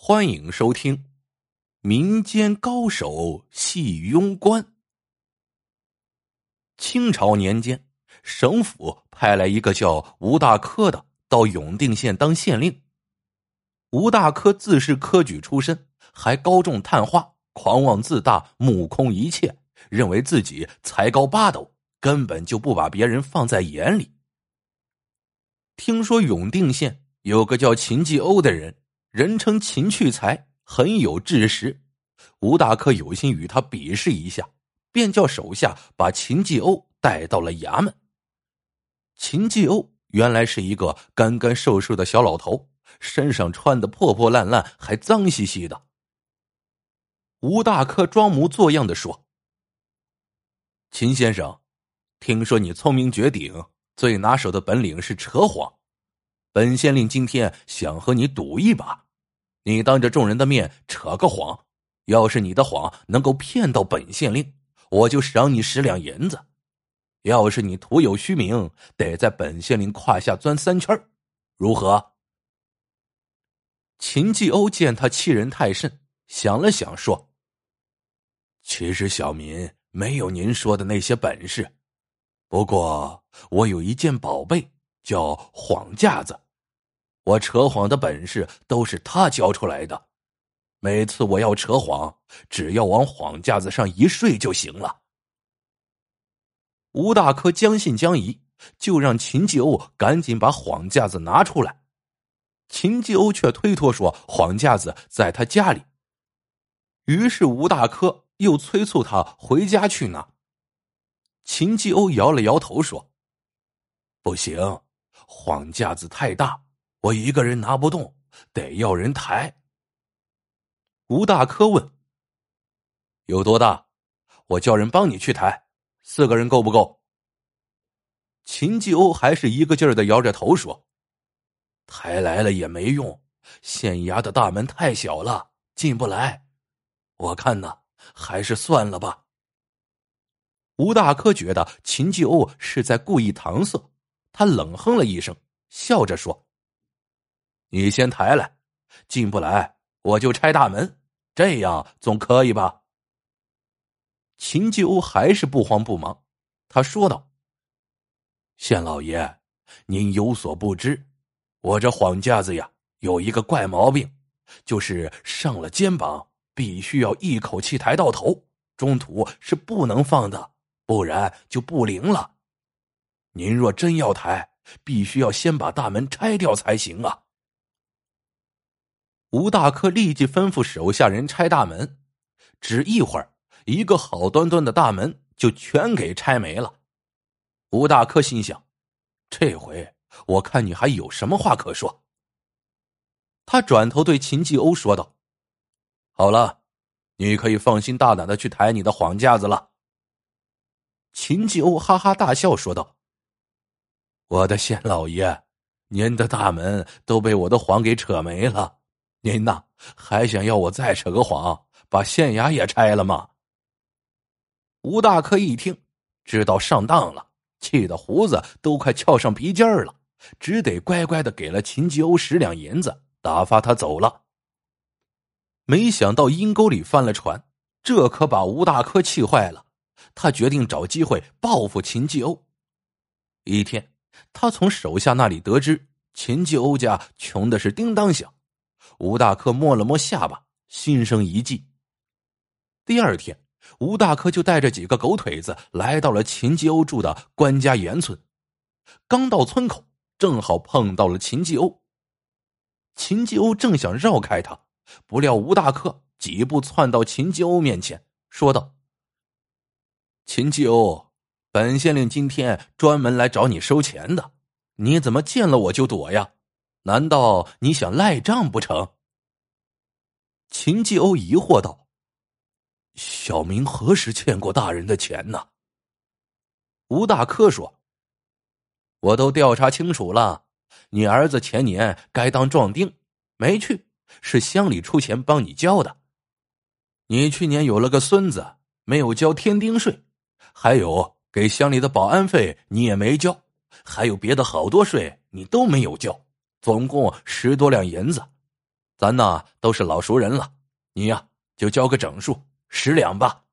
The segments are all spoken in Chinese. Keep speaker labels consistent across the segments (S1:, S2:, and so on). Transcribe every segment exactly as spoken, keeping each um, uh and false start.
S1: 欢迎收听民间高手戏庸关。清朝年间，省府派来一个叫吴大科的到永定县当县令。吴大科自是科举出身，还高中探花，狂妄自大，目空一切，认为自己才高八斗，根本就不把别人放在眼里。听说永定县有个叫秦继欧的人，人称秦去才，很有志识。吴大科有心与他比试一下，便叫手下把秦继欧带到了衙门。秦继欧原来是一个干干瘦瘦的小老头，身上穿得破破烂烂，还脏兮兮的。吴大科装模作样地说：秦先生，听说你聪明绝顶，最拿手的本领是扯谎。本县令今天想和你赌一把，你当着众人的面扯个谎，要是你的谎能够骗到本县令，我就赏你十两银子；要是你徒有虚名，得在本县令胯下钻三圈，如何？秦继欧见他欺人太甚，想了想说：其实小民没有您说的那些本事，不过我有一件宝贝，叫谎架子，我扯谎的本事都是他教出来的。每次我要扯谎，只要往谎架子上一睡就行了。吴大科将信将疑，就让秦继欧赶紧把谎架子拿出来。秦继欧却推脱说谎架子在他家里。于是吴大科又催促他回家去拿。秦继欧摇了摇头说：不行，谎架子太大，我一个人拿不动，得要人抬。吴大科问：有多大？我叫人帮你去抬，四个人够不够？秦继欧还是一个劲儿地摇着头说：抬来了也没用，县衙的大门太小了，进不来。我看呢，还是算了吧。吴大科觉得秦继欧是在故意搪塞，他冷哼了一声，笑着说：你先抬来，进不来我就拆大门，这样总可以吧？秦继欧还是不慌不忙，他说道：县老爷，您有所不知，我这谎架子呀有一个怪毛病，就是上了肩膀必须要一口气抬到头，中途是不能放的，不然就不灵了。您若真要抬，必须要先把大门拆掉才行啊。吴大科立即吩咐手下人拆大门，只一会儿，一个好端端的大门就全给拆没了。吴大科心想，这回我看你还有什么话可说。他转头对秦继欧说道：好了，你可以放心大胆的去抬你的谎架子了。秦继欧哈哈大笑说道：我的县老爷，您的大门都被我的谎给扯没了，您呐，还想要我再扯个谎，把县衙也拆了吗？吴大科一听，知道上当了，气得胡子都快翘上鼻尖了，只得乖乖的给了秦继欧十两银子，打发他走了。没想到阴沟里翻了船，这可把吴大科气坏了，他决定找机会报复秦继欧。一天，他从手下那里得知秦继欧家穷的是叮当响，吴大科摸了摸下巴，心生一计。第二天，吴大科就带着几个狗腿子来到了秦继欧住的关家园村。刚到村口，正好碰到了秦继欧。秦继欧正想绕开他，不料吴大科几步窜到秦继欧面前，说道：秦继欧，本县令今天专门来找你收钱的，你怎么见了我就躲呀？难道你想赖账不成？秦继欧疑惑道：小民何时欠过大人的钱呢？吴大科说：我都调查清楚了，你儿子前年该当壮丁，没去，是乡里出钱帮你交的。你去年有了个孙子，没有交添丁税，还有给乡里的保安费你也没交，还有别的好多税你都没有交，总共十多两银子。 咱呐都是老熟人了，你呀就交个整数，十两吧。”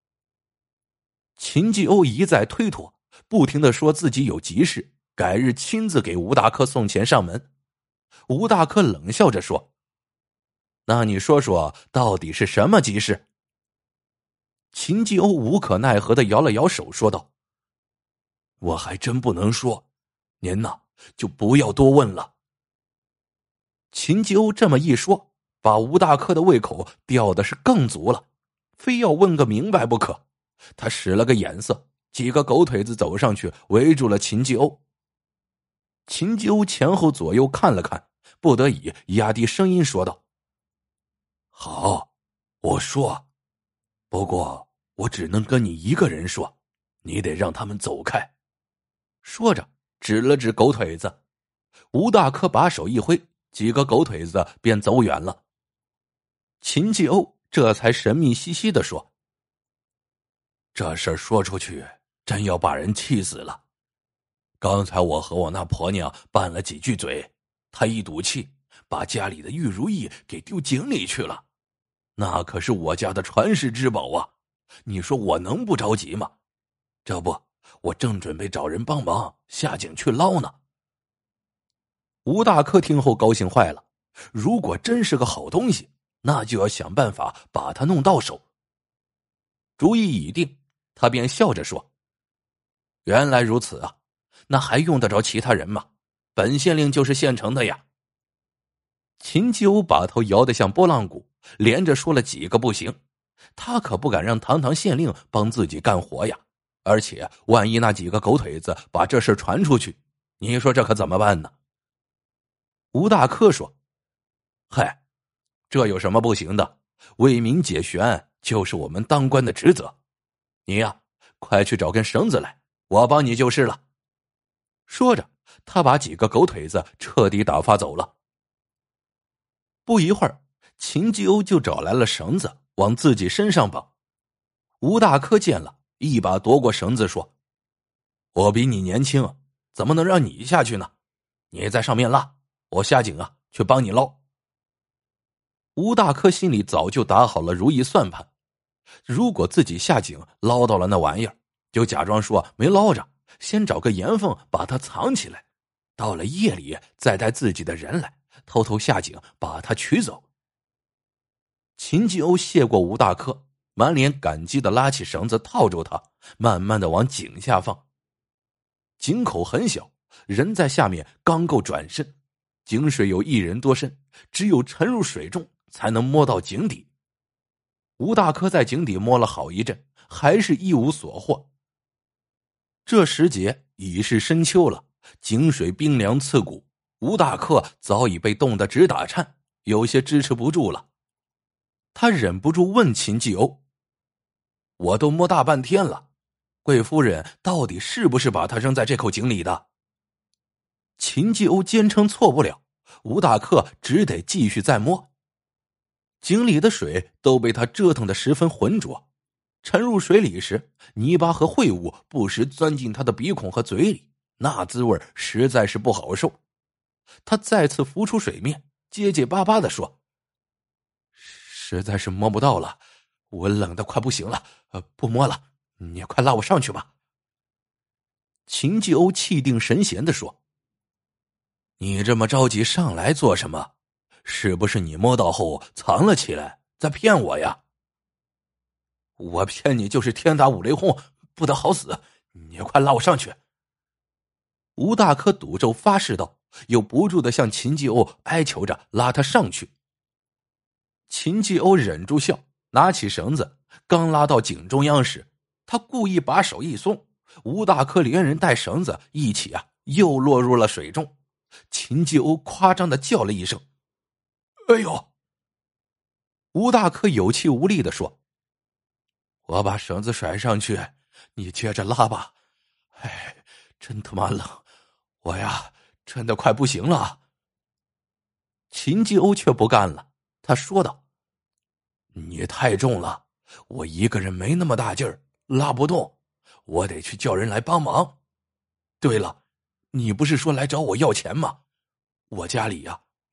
S1: 秦继欧一再推脱，不停地说自己有急事，改日亲自给吴大科送钱上门。吴大科冷笑着说：“那你说说，到底是什么急事？”秦继欧无可奈何地摇了摇手，说道：“我还真不能说，您呐就不要多问了。”秦继欧这么一说，把吴大科的胃口吊的是更足了，非要问个明白不可。他使了个眼色，几个狗腿子走上去围住了秦继欧。秦继欧前后左右看了看，不得已压低声音说道：“好，我说，不过我只能跟你一个人说，你得让他们走开。”说着指了指狗腿子。吴大科把手一挥，几个狗腿子便走远了。秦继欧这才神秘兮兮地说：“这事儿说出去，真要把人气死了。刚才我和我那婆娘拌了几句嘴，她一赌气，把家里的玉如意给丢井里去了。那可是我家的传世之宝啊！你说我能不着急吗？这不，我正准备找人帮忙下井去捞呢。”吴大科听后高兴坏了，如果真是个好东西，那就要想办法把它弄到手。主意已定，他便笑着说：“原来如此啊，那还用得着其他人吗？本县令就是现成的呀。”秦继欧把头摇得像拨浪鼓，连着说了几个不行。他可不敢让堂堂县令帮自己干活呀，而且万一那几个狗腿子把这事传出去，你说这可怎么办呢？吴大科说：“嗨，这有什么不行的？为民解悬就是我们当官的职责。你呀，快去找根绳子来，我帮你就是了。”说着，他把几个狗腿子彻底打发走了。不一会儿，秦继欧就找来了绳子，往自己身上绑。吴大科见了，一把夺过绳子，说：“我比你年轻，怎么能让你下去呢？你在上面拉，我下井啊，去帮你捞。”吴大科心里早就打好了如意算盘，如果自己下井捞到了那玩意儿，就假装说没捞着，先找个岩缝把它藏起来，到了夜里再带自己的人来，偷偷下井把它取走。秦继欧谢过吴大科，满脸感激的拉起绳子套住他，慢慢的往井下放。井口很小，人在下面刚够转身，井水有一人多深，只有沉入水中才能摸到井底。吴大科在井底摸了好一阵，还是一无所获。这时节已是深秋了，井水冰凉刺骨，吴大科早已被冻得直打颤，有些支持不住了。他忍不住问秦继欧：“我都摸大半天了，贵夫人到底是不是把他扔在这口井里的？”秦继欧坚称错不了，吴大科只得继续再摸。井里的水都被他折腾得十分浑浊，沉入水里时，泥巴和秽物不时钻进他的鼻孔和嘴里，那滋味实在是不好受。他再次浮出水面，结结巴巴地说：“实在是摸不到了，我冷得快不行了，呃，不摸了，你快拉我上去吧。”秦继欧气定神闲地说：“你这么着急上来做什么？是不是你摸到后藏了起来，在骗我呀？”“我骗你就是天打五雷轰，不得好死，你快拉我上去。”吴大科赌咒发誓道，又不住地向秦继欧哀求着拉他上去。秦继欧忍住笑，拿起绳子，刚拉到井中央时，他故意把手一松，吴大科连人带绳子一起啊，又落入了水中。秦继欧夸张地叫了一声：“哎呦！”吴大科有气无力地说：“我把绳子甩上去，你接着拉吧。哎，真他妈冷，我呀，真的快不行了。”秦继欧却不干了，他说道：“你太重了，我一个人没那么大劲儿，拉不动，我得去叫人来帮忙。对了，你不是说来找我要钱吗？我家里呀，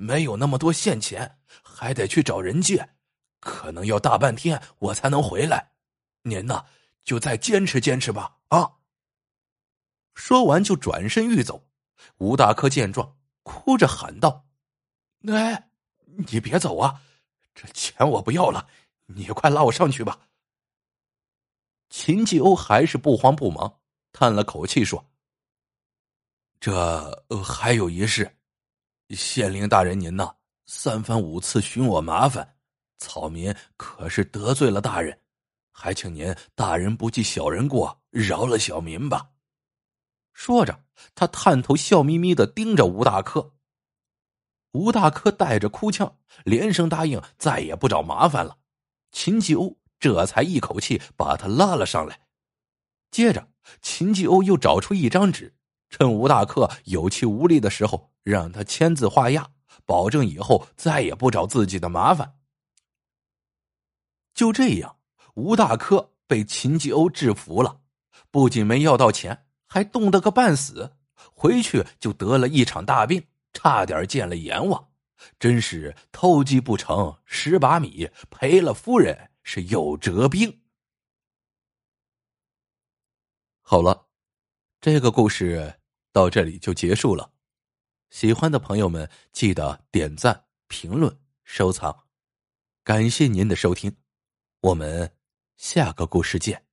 S1: 没有那么多现钱，还得去找人借，可能要大半天我才能回来。您呢，就再坚持坚持吧，啊！”说完就转身欲走。吴大科见状，哭着喊道：“哎，你别走啊！这钱我不要了，你快拉我上去吧。”秦继欧还是不慌不忙，叹了口气说：“这、呃、还有一事，县令大人您呐，三番五次寻我麻烦，草民可是得罪了大人，还请您大人不计小人过，饶了小民吧。”说着，他探头笑眯眯的盯着吴大科。吴大科带着哭腔，连声答应再也不找麻烦了。秦继欧这才一口气把他拉了上来。接着，秦继欧又找出一张纸，趁吴大科有气无力的时候，让他签字画押，保证以后再也不找自己的麻烦。就这样，吴大科被秦继欧制服了，不仅没要到钱，还冻得个半死，回去就得了一场大病，差点见了阎王。真是偷鸡不成蚀把米，赔了夫人是又折兵。好了，这个故事到这里就结束了。喜欢的朋友们记得点赞、评论、收藏，感谢您的收听，我们下个故事见。